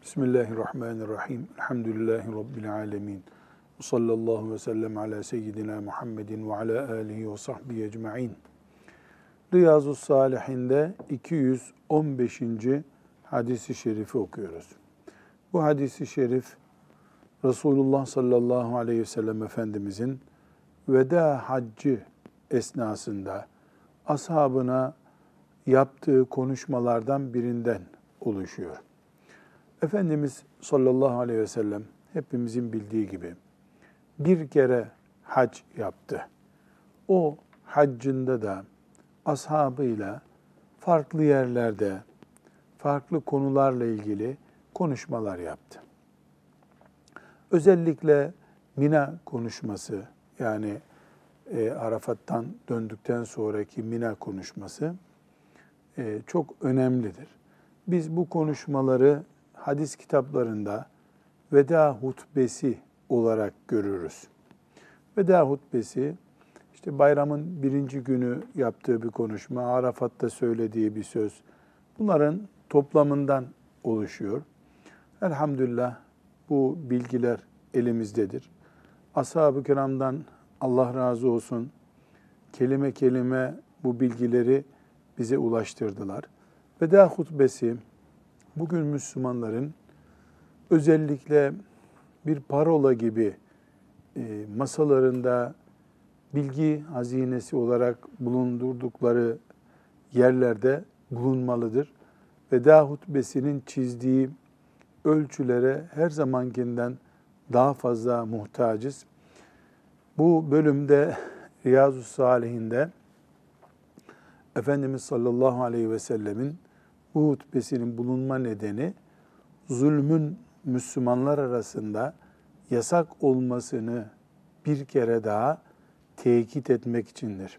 Bismillahirrahmanirrahim. Elhamdülillahi Rabbil alemin. Ve sallallahu ve sellem ala seyyidina Muhammedin ve ala alihi ve sahbihi ecma'in. Riyazu's-Salihin'de 215. hadis-i şerifi okuyoruz. Bu hadis-i şerif Resulullah sallallahu aleyhi ve sellem Efendimizin veda haccı esnasında ashabına yaptığı konuşmalardan birinden oluşuyor. Efendimiz sallallahu aleyhi ve sellem hepimizin bildiği gibi bir kere hac yaptı. O haccında da ashabıyla farklı yerlerde, farklı konularla ilgili konuşmalar yaptı. Özellikle Mina konuşması, yani Arafat'tan döndükten sonraki Mina konuşması çok önemlidir. Biz bu konuşmaları hadis kitaplarında veda hutbesi olarak görürüz. Veda hutbesi, işte bayramın birinci günü yaptığı bir konuşma, Arafat'ta söylediği bir söz, bunların toplamından oluşuyor. Elhamdülillah bu bilgiler elimizdedir. Ashab-ı kiramdan Allah razı olsun, kelime kelime bu bilgileri bize ulaştırdılar. Veda hutbesi, bugün Müslümanların özellikle bir parola gibi masalarında bilgi hazinesi olarak bulundurdukları yerlerde bulunmalıdır. Veda hutbesinin çizdiği ölçülere her zamankinden daha fazla muhtacız. Bu bölümde Riyazu's-Salihin'de Efendimiz sallallahu aleyhi ve sellemin bu hutbesinin bulunma nedeni zulmün Müslümanlar arasında yasak olmasını bir kere daha tekit etmek içindir.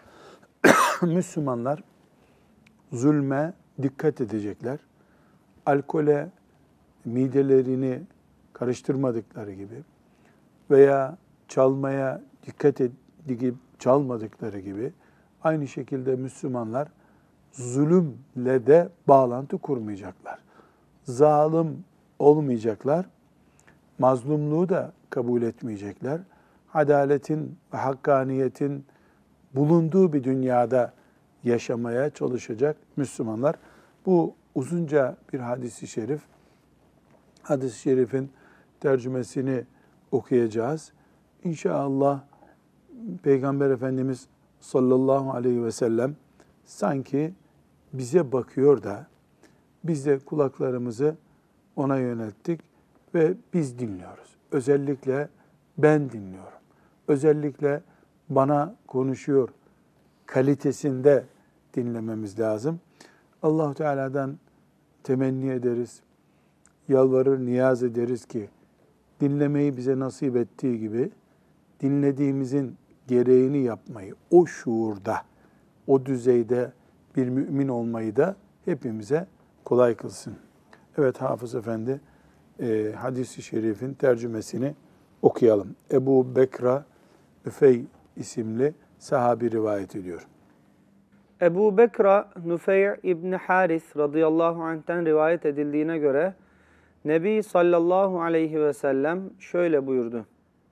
Müslümanlar zulme dikkat edecekler. Alkole midelerini karıştırmadıkları gibi veya çalmaya dikkat edip çalmadıkları gibi aynı şekilde Müslümanlar zulümle de bağlantı kurmayacaklar. Zalim olmayacaklar. Mazlumluğu da kabul etmeyecekler. Adaletin ve hakkaniyetin bulunduğu bir dünyada yaşamaya çalışacak Müslümanlar. Bu uzunca bir hadis-i şerif. Hadis-i şerifin tercümesini okuyacağız. İnşallah Peygamber Efendimiz sallallahu aleyhi ve sellem sanki bize bakıyor da biz de kulaklarımızı ona yönelttik ve biz dinliyoruz. Özellikle ben dinliyorum. Özellikle bana konuşuyor kalitesinde dinlememiz lazım. Allah-u Teala'dan temenni ederiz, yalvarır, niyaz ederiz ki dinlemeyi bize nasip ettiği gibi dinlediğimizin gereğini yapmayı, o şuurda, o düzeyde bir mümin olmayı da hepimize kolay kılsın. Evet Hafız Efendi, hadis-i şerifin tercümesini okuyalım. Ebu Bekra Nüfey isimli sahabi rivayet ediyor. Ebu Bekra Nüfey İbni Haris radıyallahu anh'ten rivayet edildiğine göre Nebi sallallahu aleyhi ve sellem şöyle buyurdu.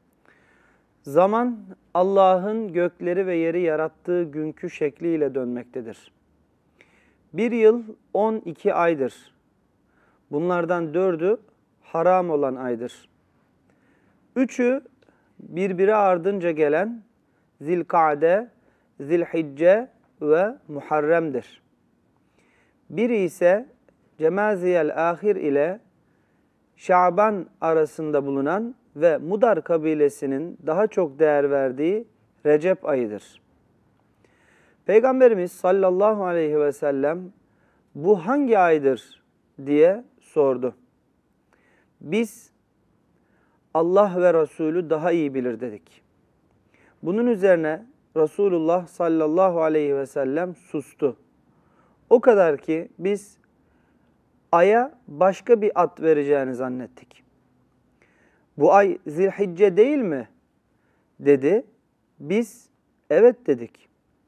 Zaman Allah'ın gökleri ve yeri yarattığı günkü şekliyle dönmektedir. Bir yıl 12 aydır. Bunlardan 4'ü haram olan aydır. 3'ü birbiri ardınca gelen Zilkade, Zilhicce ve Muharrem'dir. Biri ise Cemaziyel Ahir ile Şaban arasında bulunan ve Mudar kabilesinin daha çok değer verdiği Recep ayıdır. Peygamberimiz sallallahu aleyhi ve sellem bu hangi aydır diye sordu. Biz Allah ve Resulü daha iyi bilir dedik. Bunun üzerine Resulullah sallallahu aleyhi ve sellem sustu. O kadar ki biz aya başka bir ad vereceğini zannettik. Bu ay Zilhicce değil mi? Dedi. Biz evet dedik.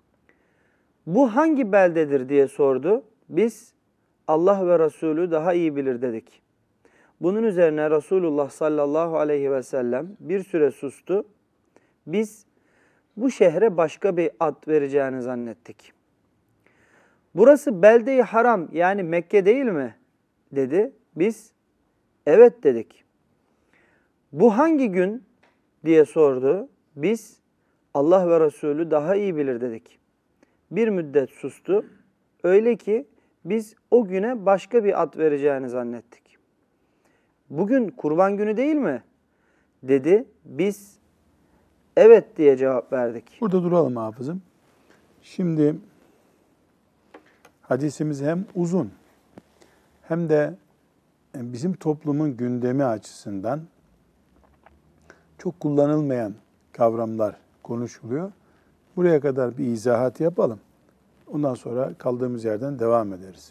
Bu hangi beldedir diye sordu. Biz Allah ve Resulü daha iyi bilir dedik. Bunun üzerine Resulullah sallallahu aleyhi ve sellem bir süre sustu. Biz bu şehre başka bir ad vereceğini zannettik. Burası belde-i haram yani Mekke değil mi? Dedi. Biz evet dedik. Bu hangi gün diye sordu. Biz Allah ve Resulü daha iyi bilir dedik. Bir müddet sustu. Öyle ki biz o güne başka bir ad vereceğini zannettik. Bugün kurban günü değil mi? Dedi. Biz evet diye cevap verdik. Burada duralım hafızım. Şimdi hadisimiz hem uzun hem de bizim toplumun gündemi açısından çok kullanılmayan kavramlar konuşuluyor. Buraya kadar bir izahat yapalım. Ondan sonra kaldığımız yerden devam ederiz.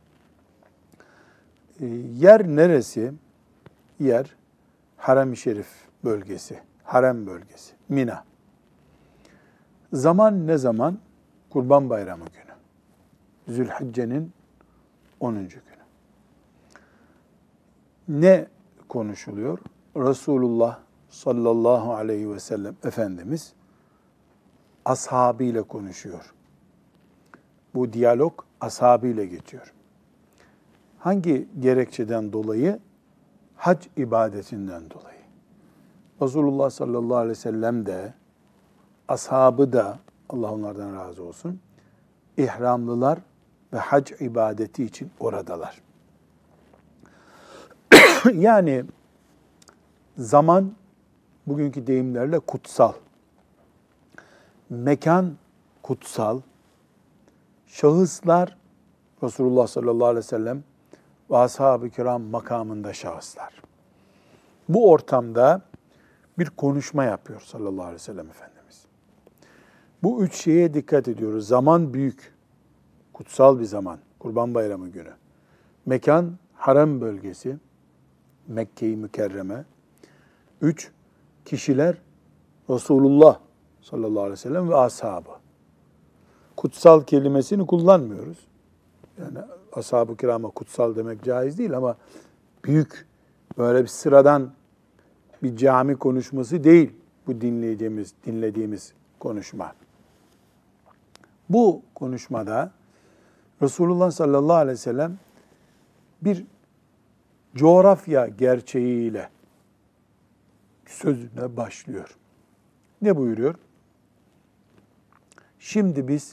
Yer neresi? Yer Harem-i Şerif bölgesi, Harem bölgesi, Mina. Zaman ne zaman? Kurban Bayramı günü. Zülhicce'nin 10. günü. Ne konuşuluyor? Resulullah sallallahu aleyhi ve sellem Efendimiz ashabıyla konuşuyor. Bu diyalog ashabıyla geçiyor. Hangi gerekçeden dolayı? Hac ibadetinden dolayı. Resulullah sallallahu aleyhi ve sellem de, ashabı da, Allah onlardan razı olsun, ihramlılar ve hac ibadeti için oradalar. Yani zaman, bugünkü deyimlerle kutsal. Mekan kutsal. Şahıslar, Resulullah sallallahu aleyhi ve sellem ve ashab-ı kiram makamında şahıslar. Bu ortamda bir konuşma yapıyor sallallahu aleyhi ve sellem Efendimiz. Bu üç şeye dikkat ediyoruz. Zaman büyük, kutsal bir zaman, Kurban Bayramı günü. Mekan, harem bölgesi, Mekke-i Mükerreme. 3. Kişiler, Resulullah sallallahu aleyhi ve sellem ve ashabı. Kutsal kelimesini kullanmıyoruz. Yani ashab-ı kirama kutsal demek caiz değil ama büyük, böyle bir sıradan bir cami konuşması değil bu dinlediğimiz konuşma. Bu konuşmada Resulullah sallallahu aleyhi ve sellem bir coğrafya gerçeğiyle sözüne başlıyor. Ne buyuruyor? Şimdi biz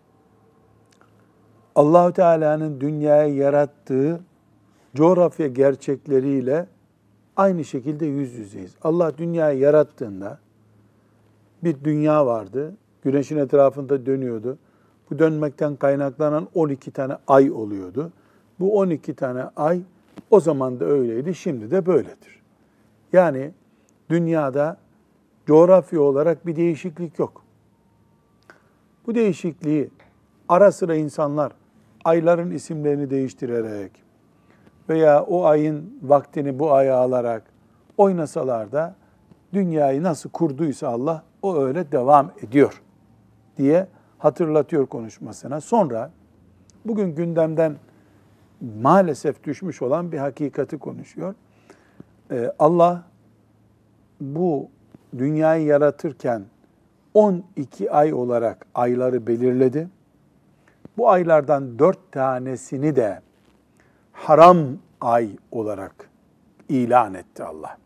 Allah-u Teala'nın dünyayı yarattığı coğrafya gerçekleriyle aynı şekilde yüz yüzeyiz. Allah dünyayı yarattığında bir dünya vardı. Güneşin etrafında dönüyordu. Bu dönmekten kaynaklanan 12 tane ay oluyordu. Bu 12 tane ay o zaman da öyleydi, şimdi de böyledir. Yani dünyada coğrafya olarak bir değişiklik yok. Bu değişikliği ara sıra insanlar ayların isimlerini değiştirerek veya o ayın vaktini bu aya alarak oynasalar da dünyayı nasıl kurduysa Allah o öyle devam ediyor diye hatırlatıyor konuşmasına. Sonra bugün gündemden maalesef düşmüş olan bir hakikati konuşuyor. Allah bu dünyayı yaratırken 12 ay olarak ayları belirledi. Bu aylardan 4 tanesini de haram ay olarak ilan etti Allah.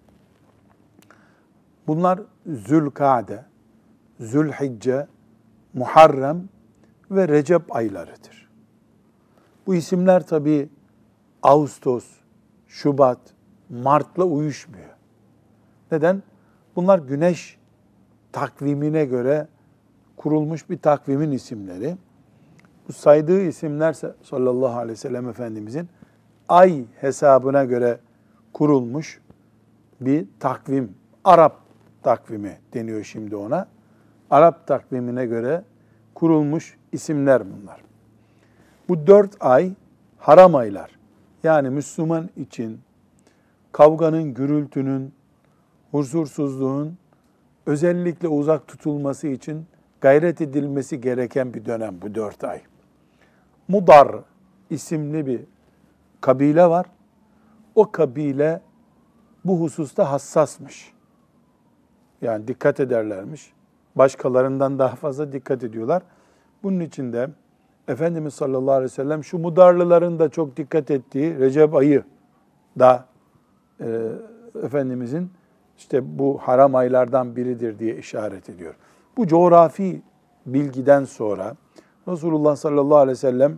Bunlar Zülkade, Zülhicce, Muharrem ve Recep aylarıdır. Bu isimler tabii Ağustos, Şubat, Mart'la uyuşmuyor. Neden? Bunlar güneş takvimine göre kurulmuş bir takvimin isimleri. Bu saydığı isimler sallallahu aleyhi ve sellem Efendimizin ay hesabına göre kurulmuş bir takvim. Arap takvimi deniyor şimdi ona. Arap takvimine göre kurulmuş isimler bunlar. Bu 4 ay haram aylar. Yani Müslüman için kavganın, gürültünün, huzursuzluğun özellikle uzak tutulması için gayret edilmesi gereken bir dönem bu 4 ay. Mudar isimli bir kabile var. o kabile bu hususta hassasmış. Yani dikkat ederlermiş. Başkalarından daha fazla dikkat ediyorlar. Bunun için de Efendimiz sallallahu aleyhi ve sellem şu Mudarlıların da çok dikkat ettiği Recep ayı da Efendimizin işte bu haram aylardan biridir diye işaret ediyor. Bu coğrafi bilgiden sonra Resulullah sallallahu aleyhi ve sellem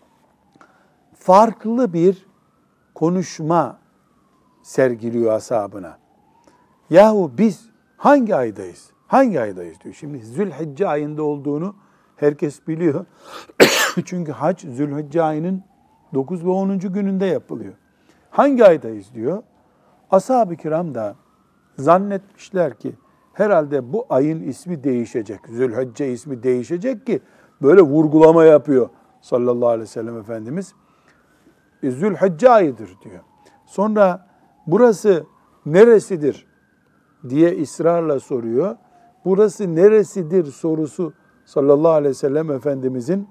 farklı bir konuşma sergiliyor ashabına. Yahu biz hangi aydayız? Hangi aydayız diyor. Şimdi Zülhicce ayında olduğunu herkes biliyor. Çünkü hac Zülhicce ayının 9 ve 10. gününde yapılıyor. Hangi aydayız diyor. Ashab-ı kiram da zannetmişler ki herhalde bu ayın ismi değişecek. Zülhicce ismi değişecek ki böyle vurgulama yapıyor sallallahu aleyhi ve sellem Efendimiz. Zülhicce ayıdır diyor. Sonra burası neresidir diye ısrarla soruyor. Burası neresidir sorusu sallallahu aleyhi ve sellem Efendimizin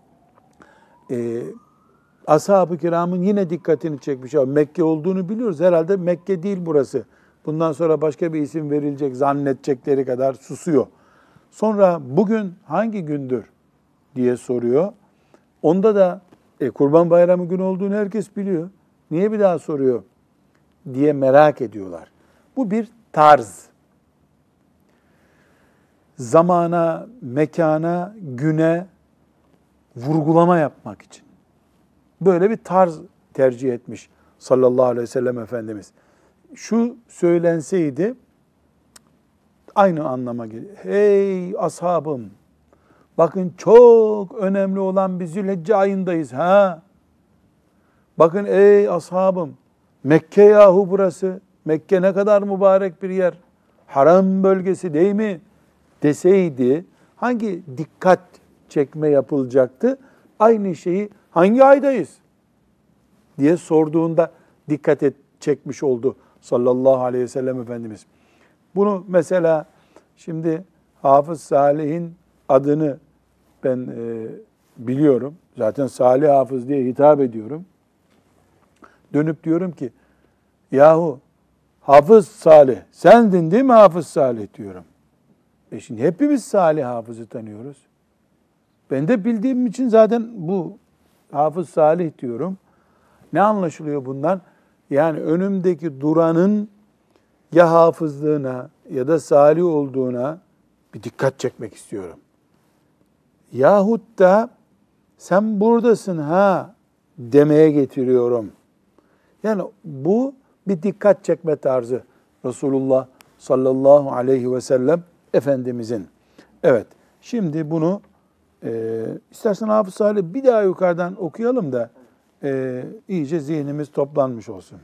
ashab-ı kiramın yine dikkatini çekmiş. Mekke olduğunu biliyoruz. Herhalde Mekke değil burası. Bundan sonra başka bir isim verilecek zannedecekleri kadar susuyor. Sonra bugün hangi gündür diye soruyor. Onda da Kurban Bayramı günü olduğunu herkes biliyor. Niye bir daha soruyor diye merak ediyorlar. Bu bir tarz. Zamana, mekana, güne vurgulama yapmak için. Böyle bir tarz tercih etmiş sallallahu aleyhi ve sellem Efendimiz. Şu söylenseydi aynı anlama gelir. Hey ashabım, bakın çok önemli olan bir Zülhicce ayındayız. Bakın ey ashabım, Mekke yahu burası. Mekke ne kadar mübarek bir yer. Haram bölgesi değil mi? Deseydi hangi dikkat çekme yapılacaktı? Aynı şeyi hangi aydayız diye sorduğunda dikkat çekmiş oldu sallallahu aleyhi ve sellem Efendimiz. Bunu mesela şimdi Hafız Salih'in adını ben biliyorum. Zaten Salih Hafız diye hitap ediyorum. Dönüp diyorum ki yahu Hafız Salih, sendin değil mi Hafız Salih diyorum. Şimdi hepimiz Salih Hafız'ı tanıyoruz. Ben de bildiğim için zaten bu Hafız Salih diyorum. Ne anlaşılıyor bundan? Yani önümdeki duranın ya hafızlığına ya da salih olduğuna bir dikkat çekmek istiyorum. Yahut da sen buradasın demeye getiriyorum. Yani bu bir dikkat çekme tarzı Resulullah sallallahu aleyhi ve sellem Efendimizin. Evet, şimdi bunu istersen Hafız Salih bir daha yukarıdan okuyalım da iyice zihnimiz toplanmış olsun.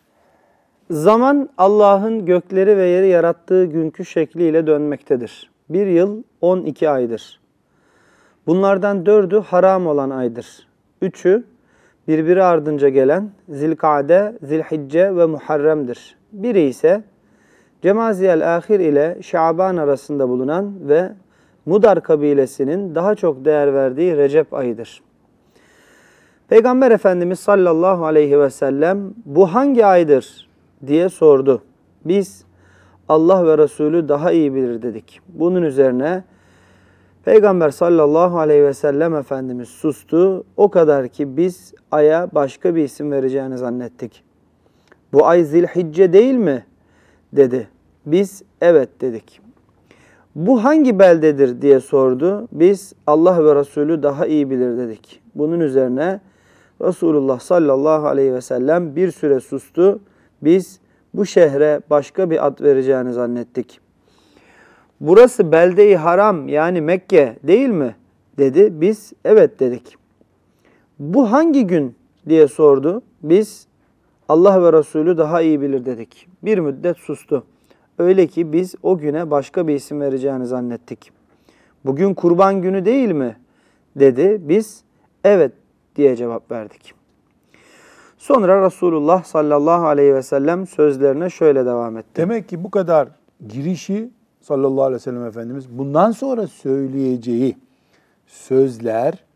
Zaman Allah'ın gökleri ve yeri yarattığı günkü şekliyle dönmektedir. Bir yıl 12 aydır. Bunlardan 4'ü haram olan aydır. 3'ü birbiri ardınca gelen Zilkade, Zilhicce ve Muharrem'dir. Biri ise Cemaziyel Ahir ile Şaban arasında bulunan ve Mudar kabilesinin daha çok değer verdiği Recep ayıdır. Peygamber Efendimiz sallallahu aleyhi ve sellem bu hangi aydır diye sordu. Biz Allah ve Resulü daha iyi bilir dedik. Bunun üzerine Peygamber sallallahu aleyhi ve sellem Efendimiz sustu. O kadar ki biz aya başka bir isim vereceğini zannettik. Bu ay Zilhicce değil mi? Dedi. Biz evet dedik. Bu hangi beldedir diye sordu. Biz Allah ve Resulü daha iyi bilir dedik. Bunun üzerine Resulullah sallallahu aleyhi ve sellem bir süre sustu. Biz bu şehre başka bir ad vereceğini zannettik. Burası belde-i haram yani Mekke değil mi? Dedi. Biz evet dedik. Bu hangi gün diye sordu. Biz Allah ve Resulü daha iyi bilir dedik. Bir müddet sustu. Öyle ki biz o güne başka bir isim vereceğini zannettik. Bugün kurban günü değil mi? Dedi. Biz evet diye cevap verdik. Sonra Resulullah sallallahu aleyhi ve sellem sözlerine şöyle devam etti. Demek ki bu kadar girişi sallallahu aleyhi ve sellem Efendimiz bundan sonra söyleyeceği sözler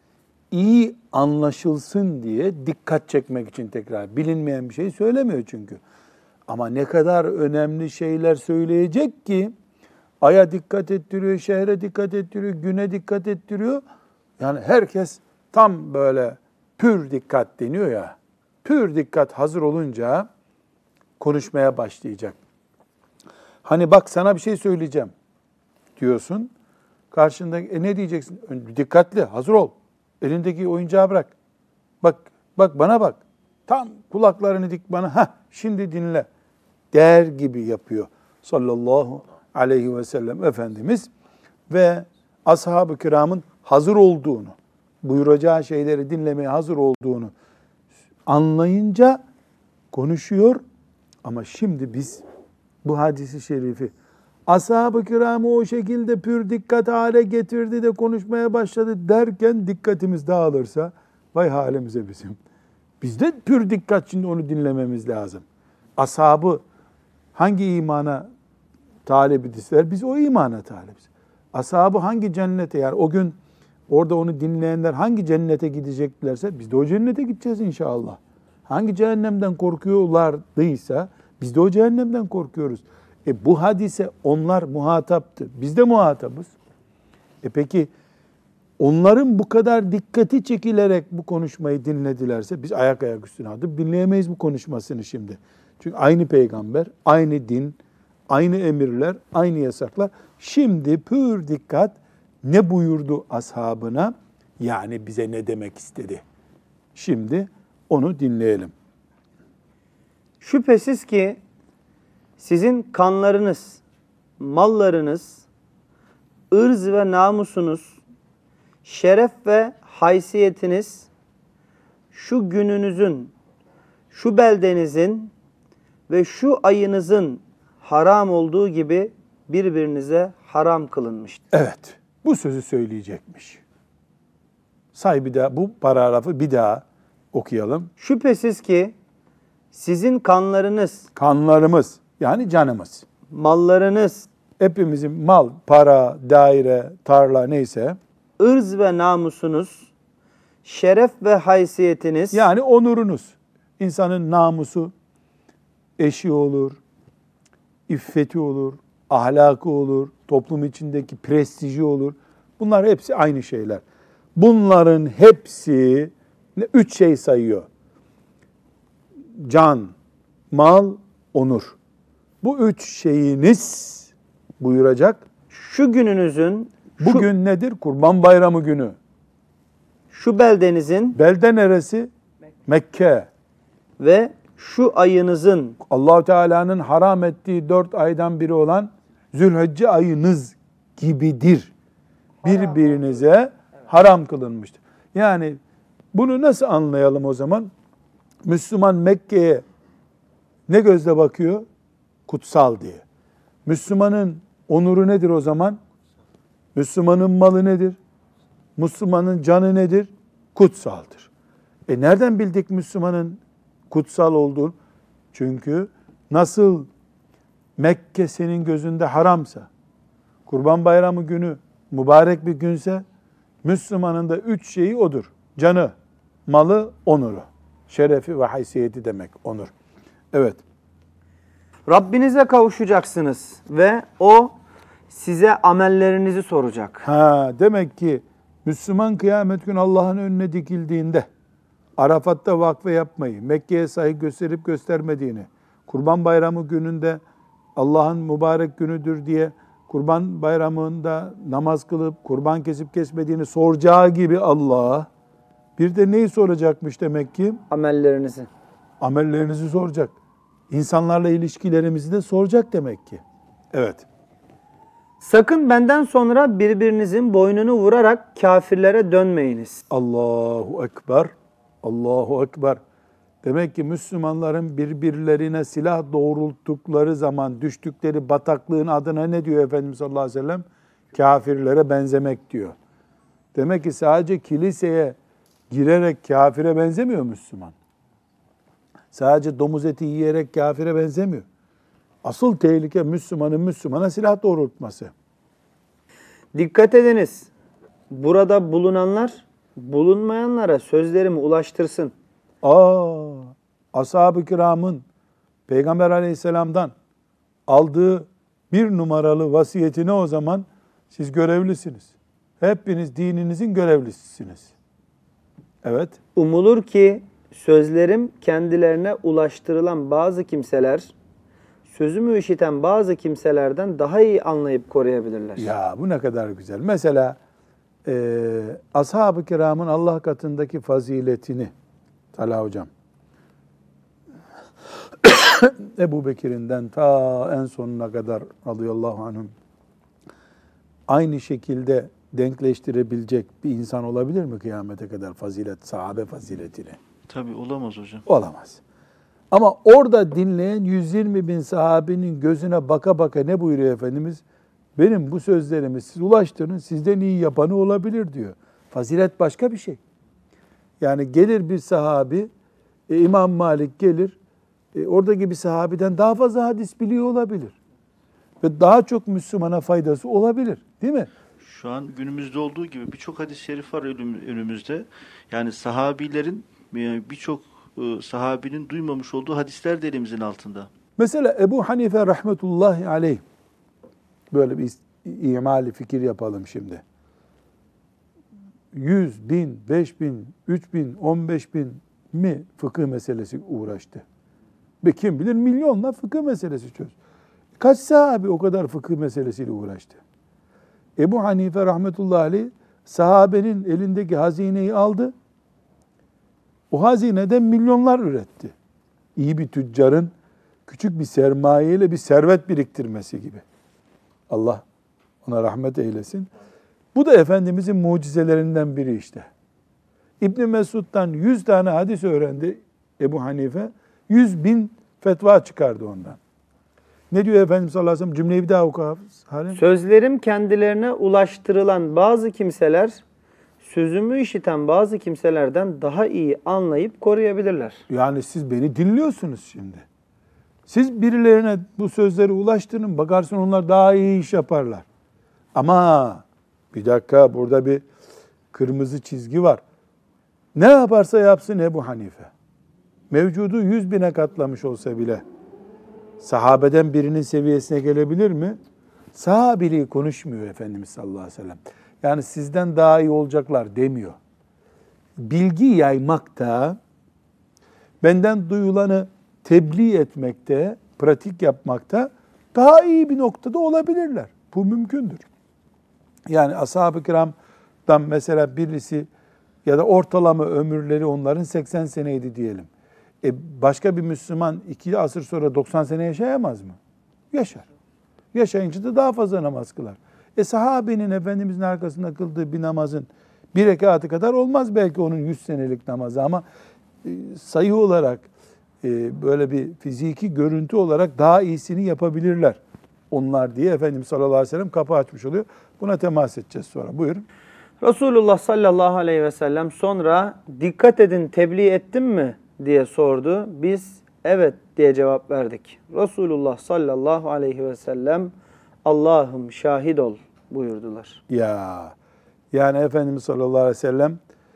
iyi anlaşılsın diye dikkat çekmek için tekrar. Bilinmeyen bir şey söylemiyor çünkü. Ama ne kadar önemli şeyler söyleyecek ki aya dikkat ettiriyor, şehre dikkat ettiriyor, güne dikkat ettiriyor. Yani herkes tam böyle pür dikkat deniyor ya. Pür dikkat hazır olunca konuşmaya başlayacak. Hani bak sana bir şey söyleyeceğim diyorsun. Karşında ne diyeceksin? Dikkatli, hazır ol. Elindeki oyuncağı bırak. Bak bana bak. Tam kulaklarını dik bana. Şimdi dinle. Der gibi yapıyor sallallahu aleyhi ve sellem Efendimiz ve ashab-ı kiramın hazır olduğunu, buyuracağı şeyleri dinlemeye hazır olduğunu anlayınca konuşuyor. Ama şimdi biz bu hadisi şerifi ashab-ı kiramı o şekilde pür dikkat hale getirdi de konuşmaya başladı derken dikkatimiz dağılırsa vay halimize bizim. Biz de pür dikkat şimdi onu dinlememiz lazım. Ashabı hangi imana talibidirler? Biz o imana talibiz. Ashabı hangi cennete, yani o gün orada onu dinleyenler hangi cennete gideceklerse biz de o cennete gideceğiz inşallah. Hangi cehennemden korkuyorlardıysa biz de o cehennemden korkuyoruz. Bu hadise onlar muhataptı. Biz de muhatabız. Peki onların bu kadar dikkati çekilerek bu konuşmayı dinledilerse biz ayak üstüne atıp dinleyemeyiz bu konuşmasını şimdi. Çünkü aynı peygamber, aynı din, aynı emirler, aynı yasaklar. Şimdi pür dikkat ne buyurdu ashabına? Yani bize ne demek istedi? Şimdi onu dinleyelim. Şüphesiz ki sizin kanlarınız, mallarınız, ırz ve namusunuz, şeref ve haysiyetiniz şu gününüzün, şu beldenizin ve şu ayınızın haram olduğu gibi birbirinize haram kılınmıştır. Evet, bu sözü söyleyecekmiş. Say bir daha bu paragrafı bir daha okuyalım. Şüphesiz ki sizin kanlarınız, Kanlarımız yani canımız, mallarınız, hepimizin mal, para, daire, tarla neyse, ırz ve namusunuz, şeref ve haysiyetiniz, yani onurunuz, insanın namusu, eşi olur, iffeti olur, ahlakı olur, toplum içindeki prestiji olur. Bunlar hepsi aynı şeyler. Bunların hepsi 3 şey sayıyor. Can, mal, onur. Bu 3 şeyiniz buyuracak. şu gününüzün, Bugün nedir? Kurban Bayramı günü. şu beldenizin Belde neresi? Mekke. ve şu ayınızın Allah-u Teala'nın haram ettiği 4 aydan biri olan Zülhicce ayınız gibidir. Birbirinize haram kılınmıştır. Yani bunu nasıl anlayalım o zaman? Müslüman Mekke'ye ne gözle bakıyor? Kutsal diye. Müslümanın onuru nedir o zaman? Müslümanın malı nedir? Müslümanın canı nedir? Kutsaldır. Nereden bildik Müslümanın kutsal olduğunu? Çünkü nasıl Mekke senin gözünde haramsa, Kurban Bayramı günü mübarek bir günse, Müslümanın da 3 şeyi odur. Canı, malı, onuru. Şerefi ve haysiyeti demek onur. Evet. Rabbinize kavuşacaksınız ve O size amellerinizi soracak. Demek ki Müslüman kıyamet günü Allah'ın önüne dikildiğinde Arafat'ta vakfe yapmayı, Mekke'ye saygı gösterip göstermediğini, Kurban Bayramı gününde Allah'ın mübarek günüdür diye Kurban Bayramı'nda namaz kılıp kurban kesip kesmediğini soracağı gibi Allah bir de neyi soracakmış demek ki? Amellerinizi. Amellerinizi soracak. İnsanlarla ilişkilerimizi de soracak demek ki. Evet. Sakın benden sonra birbirinizin boynunu vurarak kafirlere dönmeyiniz. Allahu Ekber. Allahu Ekber. Demek ki Müslümanların birbirlerine silah doğrulttukları zaman düştükleri bataklığın adına ne diyor Efendimiz sallallahu aleyhi ve sellem? Kafirlere benzemek diyor. Demek ki sadece kiliseye girerek kafire benzemiyor Müslüman. Sadece domuz eti yiyerek kafire benzemiyor. Asıl tehlike Müslümanın Müslümana silah doğrultması. Dikkat ediniz. Burada bulunanlar bulunmayanlara sözlerimi ulaştırsın. Ashab-ı kiramın Peygamber aleyhisselamdan aldığı bir numaralı vasiyetine o zaman siz görevlisiniz. Hepiniz dininizin görevlisisiniz. Evet. Umulur ki sözlerim kendilerine ulaştırılan bazı kimseler, sözümü işiten bazı kimselerden daha iyi anlayıp koruyabilirler. Ya bu ne kadar güzel. Mesela ashab-ı kiramın Allah katındaki faziletini Talha hocam Ebu Bekir'inden ta en sonuna kadar radıyallahu anhum aynı şekilde denkleştirebilecek bir insan olabilir mi kıyamete kadar fazilet, sahabe faziletini? Tabii olamaz hocam. Olamaz. Ama orada dinleyen 120 bin sahabenin gözüne baka baka ne buyuruyor Efendimiz? Benim bu sözlerimi siz ulaştırın, sizden iyi yapanı olabilir diyor. Fazilet başka bir şey. Yani gelir bir sahabi, İmam Malik gelir, oradaki bir sahabiden daha fazla hadis biliyor olabilir. Ve daha çok Müslümana faydası olabilir. Değil mi? Şu an günümüzde olduğu gibi birçok hadis-i şerif var önümüzde. Yani sahabilerin birçok sahabinin duymamış olduğu hadisler de elimizin altında. Mesela Ebu Hanife rahmetullahi aleyh, böyle bir imali fikir yapalım şimdi. 100 bin, 5 bin, 3 bin, 15 bin mi fıkıh meselesi uğraştı? Ve kim bilir milyonla fıkıh meselesi çöz. Kaç sahabi o kadar fıkıh meselesiyle uğraştı? Ebu Hanife rahmetullahi aleyh sahabenin elindeki hazineyi aldı. O hazineden milyonlar üretti. İyi bir tüccarın küçük bir sermayeyle bir servet biriktirmesi gibi. Allah ona rahmet eylesin. Bu da Efendimizin mucizelerinden biri işte. İbn Mesud'dan 100 tane hadis öğrendi Ebu Hanife. 100 bin fetva çıkardı ondan. Ne diyor Efendimiz sallallahu aleyhi ve sellem? Cümleyi bir daha oku. Sözlerim kendilerine ulaştırılan bazı kimseler, sözümü işiten bazı kimselerden daha iyi anlayıp koruyabilirler. Yani siz beni dinliyorsunuz şimdi. Siz birilerine bu sözleri ulaştırın, bakarsın onlar daha iyi iş yaparlar. Ama bir dakika, burada bir kırmızı çizgi var. Ne yaparsa yapsın Ebu Hanife, mevcudu 100 bine katlamış olsa bile sahabeden birinin seviyesine gelebilir mi? Sahabiliği konuşmuyor Efendimiz sallallahu aleyhi ve sellem. Yani sizden daha iyi olacaklar demiyor. Bilgi yaymakta, benden duyulanı tebliğ etmekte, pratik yapmakta daha iyi bir noktada olabilirler. Bu mümkündür. Yani ashab-ı kiramdan mesela birisi ya da ortalama ömürleri onların 80 seneydi diyelim. Başka bir Müslüman 2 asır sonra 90 sene yaşayamaz mı? Yaşar. Yaşayınca da daha fazla namaz kılar. Sahabenin Efendimizin arkasında kıldığı bir namazın bir rekatı kadar olmaz belki onun 100 senelik namazı ama sayı olarak böyle bir fiziki görüntü olarak daha iyisini yapabilirler onlar diye Efendimiz sallallahu aleyhi ve sellem kapı açmış oluyor. Buna temas edeceğiz sonra. Buyurun. Resulullah sallallahu aleyhi ve sellem sonra dikkat edin tebliğ ettim mi diye sordu. Biz evet diye cevap verdik. Resulullah sallallahu aleyhi ve sellem Allah'ım şahit ol buyurdular. Yani Efendimiz sallallahu aleyhi ve sellem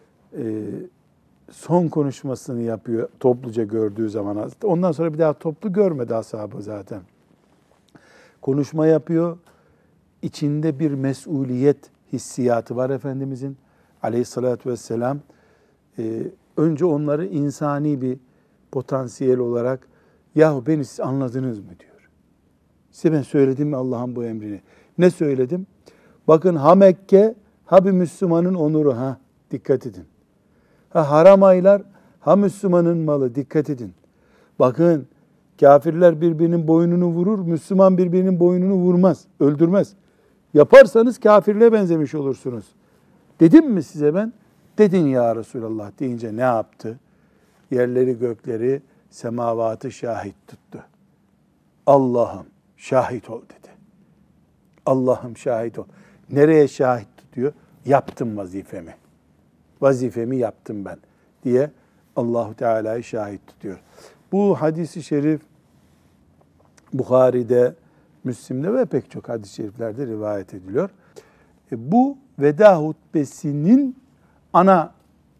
son konuşmasını yapıyor topluca gördüğü zaman. Ondan sonra bir daha toplu görmedi ashabı zaten. Konuşma yapıyor. İçinde bir mesuliyet hissiyatı var Efendimizin aleyhissalatü vesselam. Önce onları insani bir potansiyel olarak yahu beni siz anladınız mı diyor. Size ben söyledim mi Allah'ın bu emrini? Ne söyledim? Bakın ha Mekke, ha bir Müslümanın onuru, ha dikkat edin. Ha haram aylar, ha Müslümanın malı, dikkat edin. Bakın kafirler birbirinin boynunu vurur, Müslüman birbirinin boynunu vurmaz, öldürmez. Yaparsanız kafirle benzemiş olursunuz. Dedim mi size ben? Dedin ya Resulallah deyince ne yaptı? Yerleri gökleri, semavatı şahit tuttu. Allah'ım şahit ol dedi. Allah'ım şahit ol. Nereye şahit tutuyor? Yaptım vazifemi. Vazifemi yaptım ben diye Allah-u Teala'yı şahit tutuyor. Bu hadis-i şerif Bukhari'de, Müslim'de ve pek çok hadis-i şeriflerde rivayet ediliyor. Bu veda hutbesinin ana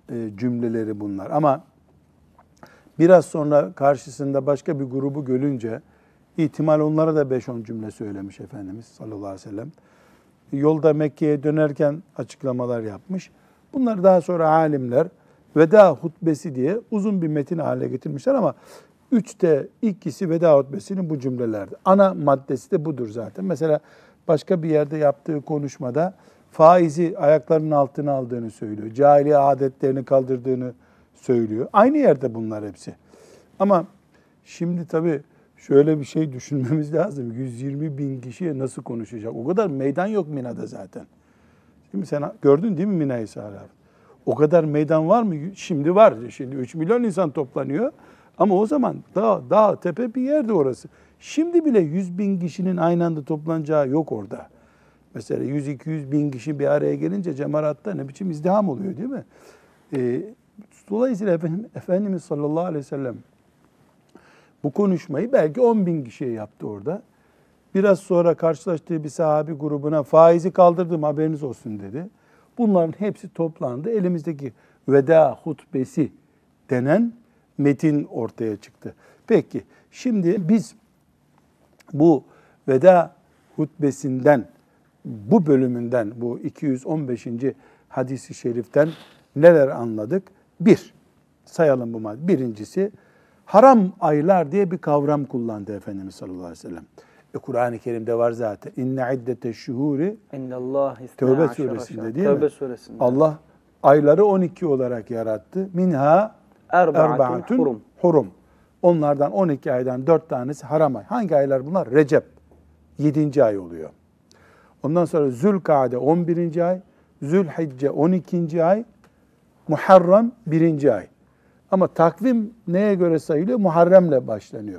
cümleleri bunlar. Ama biraz sonra karşısında başka bir grubu görünce ihtimal onlara da 5-10 cümle söylemiş Efendimiz sallallahu aleyhi ve sellem. Yolda Mekke'ye dönerken açıklamalar yapmış. Bunlar daha sonra alimler veda hutbesi diye uzun bir metin haline getirmişler ama 3'te 2'si veda hutbesinin bu cümlelerde. Ana maddesi de budur zaten. Mesela başka bir yerde yaptığı konuşmada faizi ayaklarının altına aldığını söylüyor. Cahiliye adetlerini kaldırdığını söylüyor. Aynı yerde bunlar hepsi. Ama şimdi tabii şöyle bir şey düşünmemiz lazım. 120 bin kişiye nasıl konuşacak? O kadar meydan yok Mina'da zaten. Şimdi sen gördün değil mi Mina'yı Salih abi? O kadar meydan var mı? Şimdi var. Şimdi 3 milyon insan toplanıyor. Ama o zaman dağ tepe bir yerde orası. Şimdi bile 100 bin kişinin aynı anda toplanacağı yok orada. Mesela 100-200 bin kişi bir araya gelince cemaratta ne biçim izdiham oluyor değil mi? Dolayısıyla Efendimiz sallallahu aleyhi ve sellem bu konuşmayı belki 10 bin kişiye yaptı orada. Biraz sonra karşılaştığı bir sahabi grubuna faizi kaldırdım haberiniz olsun dedi. Bunların hepsi toplandı. Elimizdeki veda hutbesi denen metin ortaya çıktı. Peki şimdi biz bu veda hutbesinden, bu bölümünden, bu 215. hadisi şeriften neler anladık? Bir, sayalım bu madde. Birincisi, haram aylar diye bir kavram kullandı Efendimiz sallallahu aleyhi ve sellem. Kur'an-ı Kerim'de var zaten. İnne iddete şuhuri Tevbe suresinde değil mi? Allah ayları 12 olarak yarattı. Minha erbaatun hurum. Onlardan 12 aydan 4 tanesi haram ay. Hangi aylar bunlar? Recep 7. ay oluyor. Ondan sonra Zülkade 11. ay, Zülhicce 12. ay, Muharrem 1. ay. Ama takvim neye göre sayılıyor? Muharrem'le başlanıyor.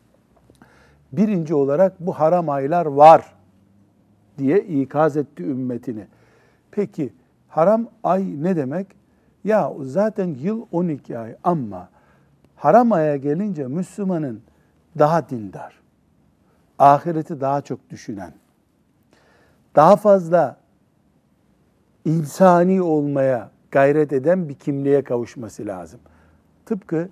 Birinci olarak bu haram aylar var diye ikaz etti ümmetini. Peki haram ay ne demek? Ya zaten yıl 12 ay ama haram aya gelince Müslümanın daha dindar, ahireti daha çok düşünen, daha fazla insani olmaya gayret eden bir kimliğe kavuşması lazım. Tıpkı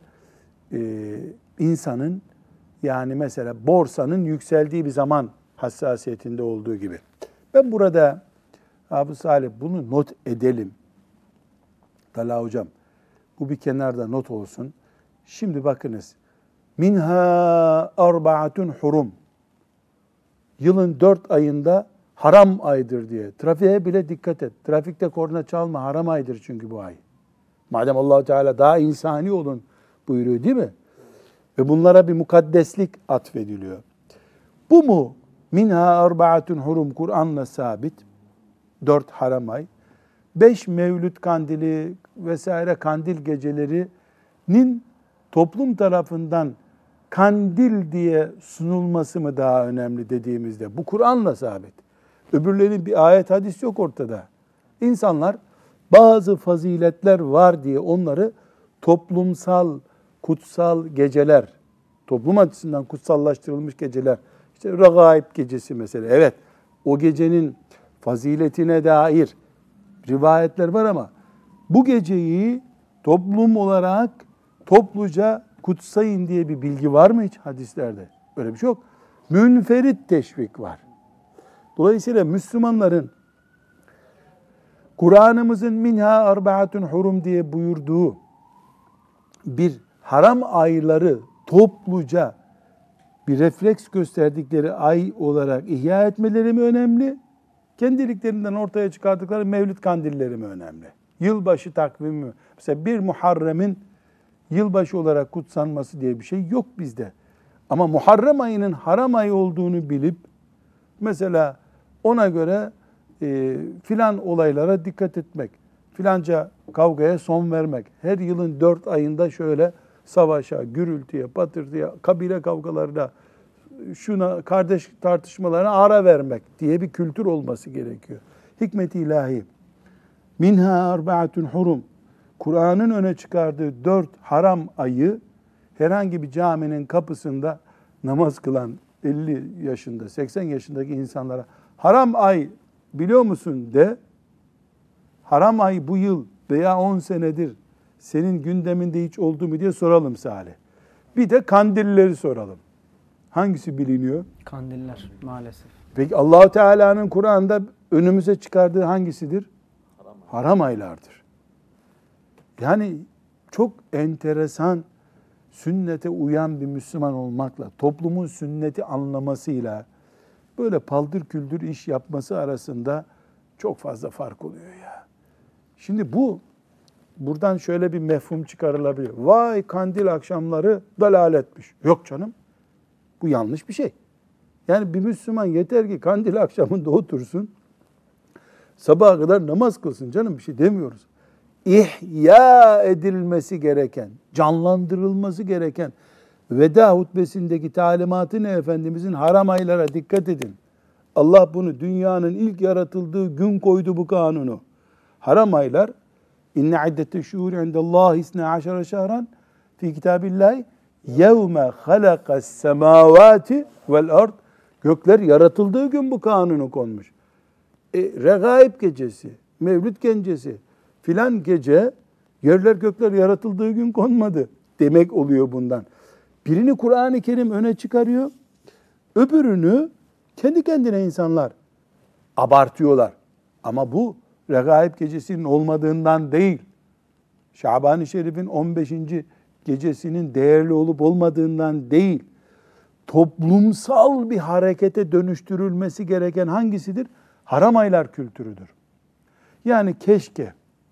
insanın yani mesela borsanın yükseldiği bir zaman hassasiyetinde olduğu gibi. Ben burada Abu Salih bunu not edelim. Talha hocam bu bir kenarda not olsun. Şimdi bakınız. Minha arbaatun hurum. Yılın 4 ayında haram aydır diye. Trafiğe bile dikkat et. Trafikte korna çalma, haram aydır çünkü bu ay. Madem Allah Teala daha insani olun buyuruyor değil mi? Ve bunlara bir mukaddeslik atfediliyor. Bu mu? Minha arbaatun hurum Kur'an'la sabit. 4 haram ay. 5 Mevlüt kandili vesaire kandil gecelerinin toplum tarafından kandil diye sunulması mı daha önemli dediğimizde bu Kur'an'la sabit. Öbürlerinin bir ayet hadis yok ortada. İnsanlar bazı faziletler var diye onları toplumsal, kutsal geceler, toplum açısından kutsallaştırılmış geceler, işte Regaib gecesi mesela, evet o gecenin faziletine dair rivayetler var ama bu geceyi toplum olarak topluca kutsayın diye bir bilgi var mı hiç hadislerde? Öyle bir şey yok. Münferit teşvik var. Dolayısıyla Müslümanların Kur'an'ımızın minha arbaatun hurum diye buyurduğu bir haram ayları topluca bir refleks gösterdikleri ay olarak ihya etmeleri mi önemli? Kendiliklerinden ortaya çıkardıkları mevlid kandilleri mi önemli? Yılbaşı takvimi mi? Mesela 1 Muharrem'in yılbaşı olarak kutsanması diye bir şey yok bizde. Ama Muharrem ayının haram ayı olduğunu bilip mesela ona göre filan olaylara dikkat etmek, filanca kavgaya son vermek, her yılın 4 ayında şöyle savaşa, gürültüye, patırtıya, kabile kavgalarına, şuna kardeş tartışmalarına ara vermek diye bir kültür olması gerekiyor. Hikmet-i ilahi. Minha arbaatun hurum. Kur'an'ın öne çıkardığı 4 haram ayı herhangi bir caminin kapısında namaz kılan 50 yaşında, 80 yaşındaki insanlara haram ay biliyor musun de, haram ay bu yıl veya 10 senedir senin gündeminde hiç oldu mu diye soralım Salih. Bir de kandilleri soralım. Hangisi biliniyor? Kandiller maalesef. Peki Allah-u Teala'nın Kur'an'da önümüze çıkardığı hangisidir? Haram aylardır. Yani çok enteresan, sünnete uyan bir Müslüman olmakla, toplumun sünneti anlamasıyla böyle paldır küldür iş yapması arasında çok fazla fark oluyor ya. Şimdi buradan şöyle bir mefhum çıkarılabilir. Vay kandil akşamları dalaletmiş. Yok canım. Bu yanlış bir şey. Yani bir Müslüman yeter ki kandil akşamında otursun, sabaha kadar namaz kılsın canım, bir şey demiyoruz. İhya edilmesi gereken, canlandırılması gereken veda hutbesindeki talimatı ne Efendimizin? Haram aylara dikkat edin. Allah bunu dünyanın ilk yaratıldığı gün koydu bu kanunu. Haram aylar, inne iddete şuhuri indallahi isne aşara şehran fi kitabillahi yevme halakas semavati vel ard. Gökler yaratıldığı gün bu kanunu konmuş. Regaib gecesi, Mevlüt gecesi filan gece yerler gökler yaratıldığı gün konmadı demek oluyor bundan. Birini Kur'an-ı Kerim öne çıkarıyor, öbürünü kendi kendine insanlar abartıyorlar. Ama bu Regaib gecesinin olmadığından değil, Şaban-ı Şerif'in 15. gecesinin değerli olup olmadığından değil, toplumsal bir harekete dönüştürülmesi gereken hangisidir? Haram aylar kültürüdür. Yani keşke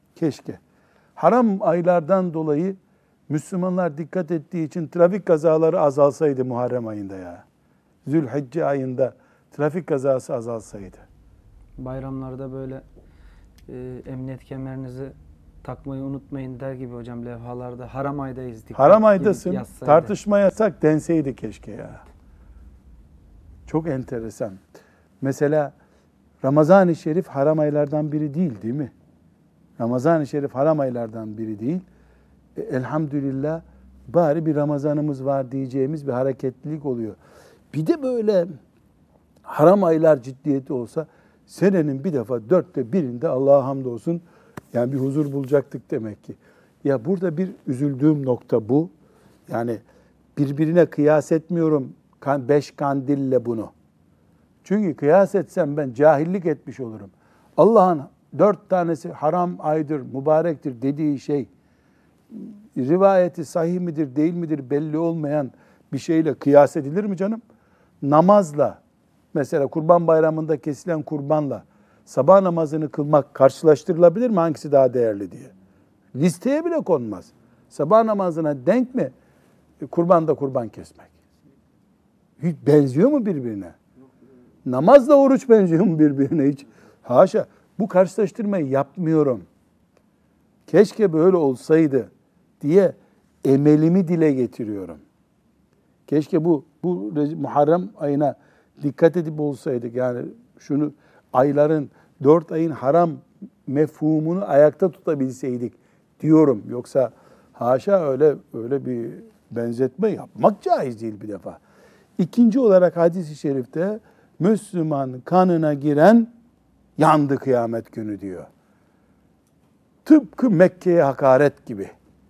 haram aylardan dolayı Müslümanlar dikkat ettiği için trafik kazaları azalsaydı Muharrem ayında ya. Zülhicce ayında trafik kazası azalsaydı. Bayramlarda böyle emniyet kemerinizi takmayı unutmayın der gibi hocam levhalarda haram aydayız. Haram aydasın, tartışma yasak denseydi keşke ya. Çok enteresan. Mesela Ramazan-ı Şerif haram aylardan biri değil mi? Ramazan-ı Şerif haram aylardan biri değil. Elhamdülillah bari bir Ramazanımız var diyeceğimiz bir hareketlilik oluyor. Bir de böyle haram aylar ciddiyeti olsa senenin bir defa 1/4'inde Allah'a hamdolsun yani bir huzur bulacaktık demek ki. Ya burada bir üzüldüğüm nokta bu. Yani birbirine kıyas etmiyorum 5 kandille bunu. Çünkü kıyas etsem ben cahillik etmiş olurum. Allah'ın 4 tanesi haram aydır, mübarektir dediği şey rivayeti sahih midir, değil midir belli olmayan bir şeyle kıyas edilir mi canım? Namazla, mesela Kurban Bayramı'nda kesilen kurbanla sabah namazını kılmak karşılaştırılabilir mi? Hangisi daha değerli diye. Listeye bile konmaz. Sabah namazına denk mi kurbanda kurban kesmek? Hiç benziyor mu birbirine? Namazla oruç benziyor mu birbirine hiç? Haşa. Bu karşılaştırmayı yapmıyorum. Keşke böyle olsaydı diye emelimi dile getiriyorum. Keşke bu Muharrem ayına dikkat edip olsaydık. Yani şunu ayların 4 ayın haram mefhumunu ayakta tutabilseydik diyorum. Yoksa haşa öyle bir benzetme yapmak caiz değil bir defa. İkinci olarak hadis-i şerifte Müslüman kanına giren yandı kıyamet günü diyor. Tıpkı Mekke'ye hakaret gibi.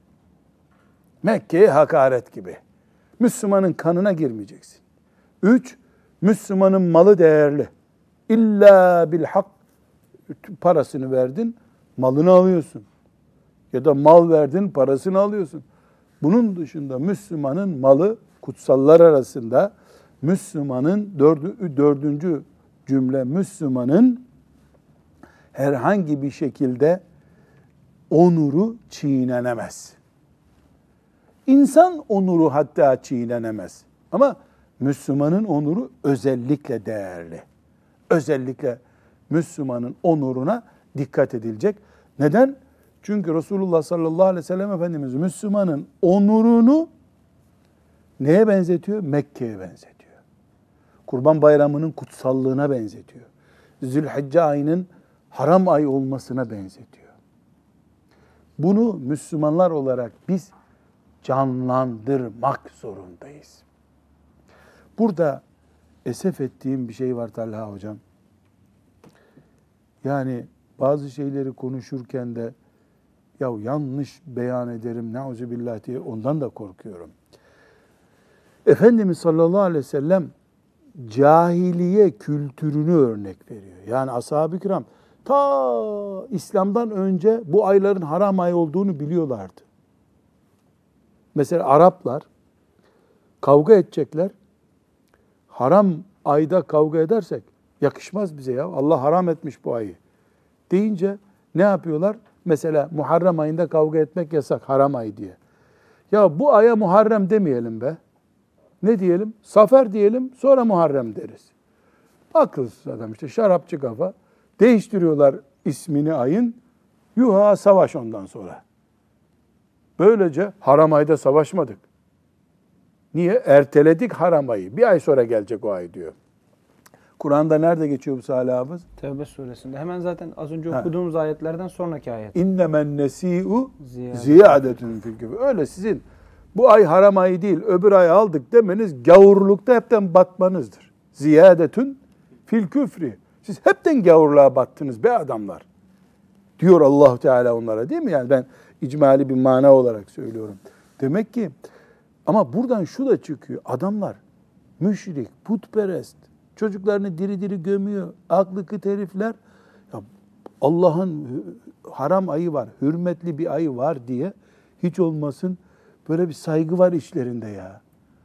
Mekke'ye hakaret gibi. Müslümanın kanına girmeyeceksin. 3, Müslümanın malı değerli. İlla bil hak, parasını verdin, malını alıyorsun. Ya da mal verdin, parasını alıyorsun. Bunun dışında Müslümanın malı, kutsallar arasında Müslümanın dördüncü cümle, Müslümanın herhangi bir şekilde onuru çiğnenemez. İnsan onuru hatta çiğnenemez. Ama Müslümanın onuru özellikle değerli. Özellikle Müslümanın onuruna dikkat edilecek. Neden? Çünkü Resulullah sallallahu aleyhi ve sellem Efendimiz Müslümanın onurunu neye benzetiyor? Mekke'ye benzetiyor. Kurban Bayramı'nın kutsallığına benzetiyor. Zülhicce ayının haram ay olmasına benzetiyor. Bunu Müslümanlar olarak biz canlandırmak zorundayız. Burada esef ettiğim bir şey var Talha Hocam. Yani bazı şeyleri konuşurken de Ya yanlış beyan ederim neuzubillah diye ondan da korkuyorum. Efendimiz sallallahu aleyhi ve sellem cahiliye kültürünü örnek veriyor. Yani ashab-ı kiram ta İslam'dan önce bu ayların haram ay olduğunu biliyorlardı. Mesela Araplar kavga edecekler. Haram ayda kavga edersek yakışmaz bize ya. Allah haram etmiş bu ayı deyince ne yapıyorlar? Mesela Muharrem ayında kavga etmek yasak, haram ay diye. Ya bu aya Muharrem demeyelim be. Ne diyelim? Safer diyelim, sonra Muharrem deriz. Akılsız adam işte, şarapçı kafa. Değiştiriyorlar ismini ayın. Yuha savaş ondan sonra. Böylece haram ayda savaşmadık. Niye? Erteledik haram ayı. Bir ay sonra gelecek o ay diyor. Kur'an'da nerede geçiyor bu Salih Hafız? Tevbe suresinde. Hemen zaten az önce okuduğumuz ayetlerden sonraki ayet. İnnemen nesi'u ziyadetun fil küfür. Öyle sizin bu ay haram ayı değil, öbür ay aldık demeniz gavurlukta hepten batmanızdır. Ziyadetun fil küfri. Siz hepten gavurluğa battınız be adamlar. Diyor Allah Teala onlara, değil mi? Yani ben icmali bir mana olarak söylüyorum. Demek ki ama buradan şu da çıkıyor. Adamlar müşrik, putperest, çocuklarını diri diri gömüyor. Aklı kıt herifler. Ya Allah'ın haram ayı var, hürmetli bir ayı var diye hiç olmasın böyle bir saygı var içlerinde ya.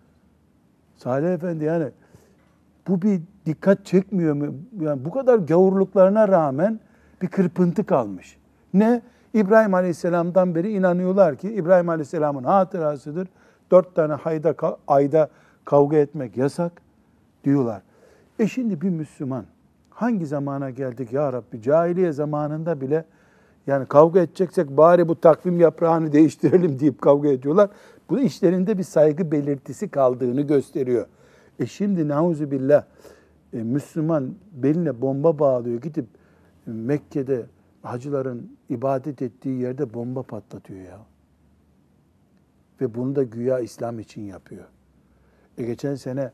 Salih Efendi, yani bu bir dikkat çekmiyor mu? Yani bu kadar gavurluklarına rağmen bir kırpıntı kalmış. Ne? İbrahim Aleyhisselam'dan beri inanıyorlar ki İbrahim Aleyhisselam'ın hatırasıdır. 4 tane ayda kavga etmek yasak diyorlar. Şimdi bir Müslüman hangi zamana geldik ya Rabbi? Cahiliye zamanında bile yani kavga edeceksek bari bu takvim yaprağını değiştirelim deyip kavga ediyorlar. Bu da işlerinde bir saygı belirtisi kaldığını gösteriyor. Şimdi nauzubillah Müslüman beline bomba bağlıyor, gidip Mekke'de hacıların ibadet ettiği yerde bomba patlatıyor ya. Ve bunu da güya İslam için yapıyor. Geçen sene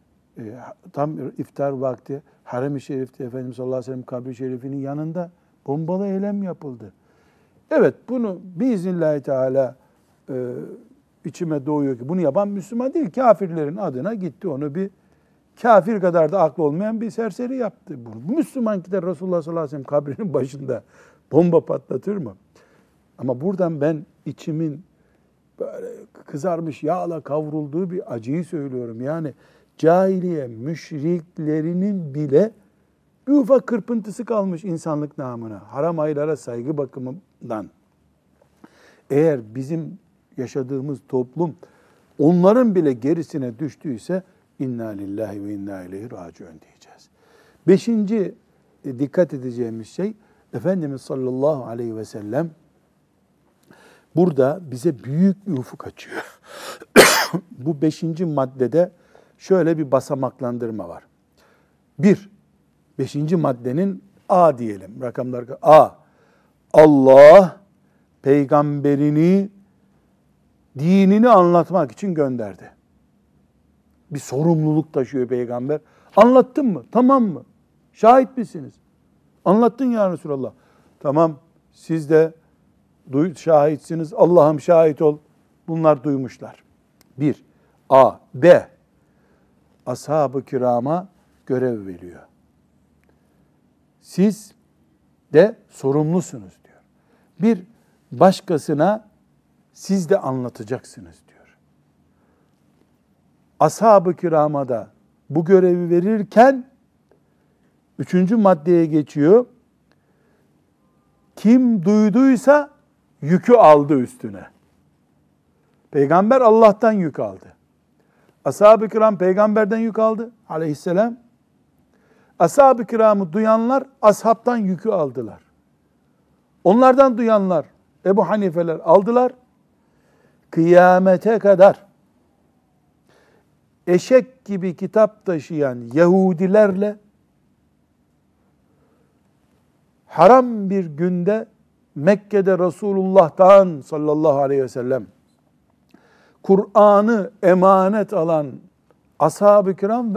tam iftar vakti Harem-i Şerif'te Efendimiz sallallahu aleyhi ve sellem kabri şerifinin yanında bombalı eylem yapıldı. Evet, bunu biiznillahü teala içime doğuyor ki bunu yapan Müslüman değil, kafirlerin adına gitti onu bir kafir kadar da aklı olmayan bir serseri yaptı. Bu Müslüman gider Resulullah sallallahu aleyhi ve sellem kabrinin başında bomba patlatır mı? Ama buradan ben içimin böyle kızarmış yağla kavrulduğu bir acıyı söylüyorum. Yani cahiliye müşriklerinin bile bir ufak kırpıntısı kalmış insanlık namına. Haram aylara saygı bakımından. Eğer bizim yaşadığımız toplum onların bile gerisine düştüyse inna lillahi ve inna ileyhi raciun diyeceğiz. 5. dikkat edeceğimiz şey, Efendimiz sallallahu aleyhi ve sellem burada bize büyük bir ufuk açıyor. Bu 5. maddede şöyle bir basamaklandırma var. 5. maddenin A diyelim. Rakamlar A. Allah peygamberini dinini anlatmak için gönderdi. Bir sorumluluk taşıyor peygamber. Anlattın mı? Tamam mı? Şahit misiniz? Anlattın ya Resulallah. Tamam, siz de şahitsiniz. Allah'ım şahit ol. Bunlar duymuşlar. 1. A. B. Ashab-ı kirama görev veriyor. Siz de sorumlusunuz diyor. Bir başkasına siz de anlatacaksınız diyor. Ashab-ı kirama da bu görevi verirken 3. maddeye geçiyor. Kim duyduysa yükü aldı üstüne. Peygamber Allah'tan yük aldı. Ashab-ı kiram peygamberden yük aldı aleyhisselam. Ashab-ı kiramı duyanlar ashabtan yükü aldılar. Onlardan duyanlar Ebu Hanifeler aldılar. Kıyamete kadar eşek gibi kitap taşıyan Yahudilerle haram bir günde Mekke'de Resulullah'tan sallallahu aleyhi ve sellem Kur'an'ı emanet alan ashab-ı kiram ve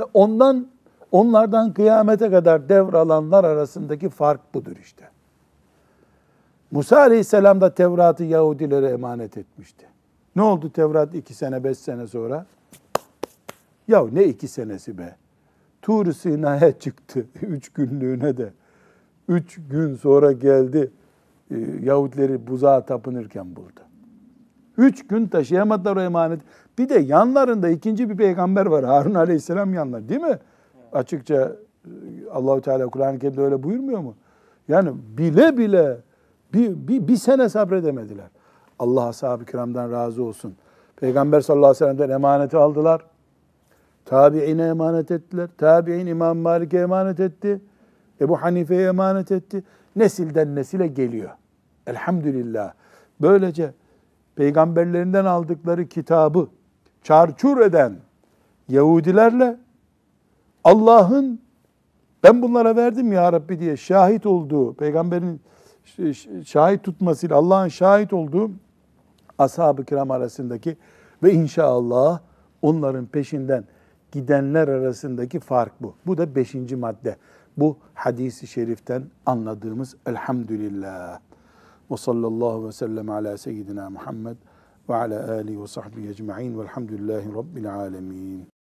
onlardan kıyamete kadar devralanlar arasındaki fark budur işte. Musa Aleyhisselam da Tevrat'ı Yahudilere emanet etmişti. Ne oldu Tevrat 2 sene 5 sene sonra? Ya ne 2 senesi be? Tur-u Sina'ya çıktı 3 günlüğüne de. 3 gün sonra geldi Yahudileri buzağa tapınırken buldu. 3 gün taşıyamadılar o emanet. Bir de yanlarında ikinci bir peygamber var. Harun Aleyhisselam yanlar değil mi? Evet. Açıkça Allahu Teala Kur'an-ı Kerim'de öyle buyurmuyor mu? Yani bile bile bir sene sabredemediler. Allah ashab-ı kiramdan razı olsun. Peygamber sallallahu aleyhi ve sellem'den emaneti aldılar. Tabi'ine emanet ettiler. Tabi'in İmam Malik'e emanet etti. Ebu Hanife'ye emanet etti. Nesilden nesile geliyor. Elhamdülillah. Böylece peygamberlerinden aldıkları kitabı çarçur eden Yahudilerle Allah'ın ben bunlara verdim ya Rabbi diye şahit olduğu, peygamberin şahit tutmasıyla Allah'ın şahit olduğu ashab-ı kiram arasındaki ve inşallah onların peşinden gidenler arasındaki fark bu. Bu da 5. madde. Bu hadisi şeriften anladığımız elhamdülillah. Ve sallallahu ve sellem ala seyyidina Muhammed ve ala alihi ve sahbihi ecma'in velhamdülillahi rabbil alemin.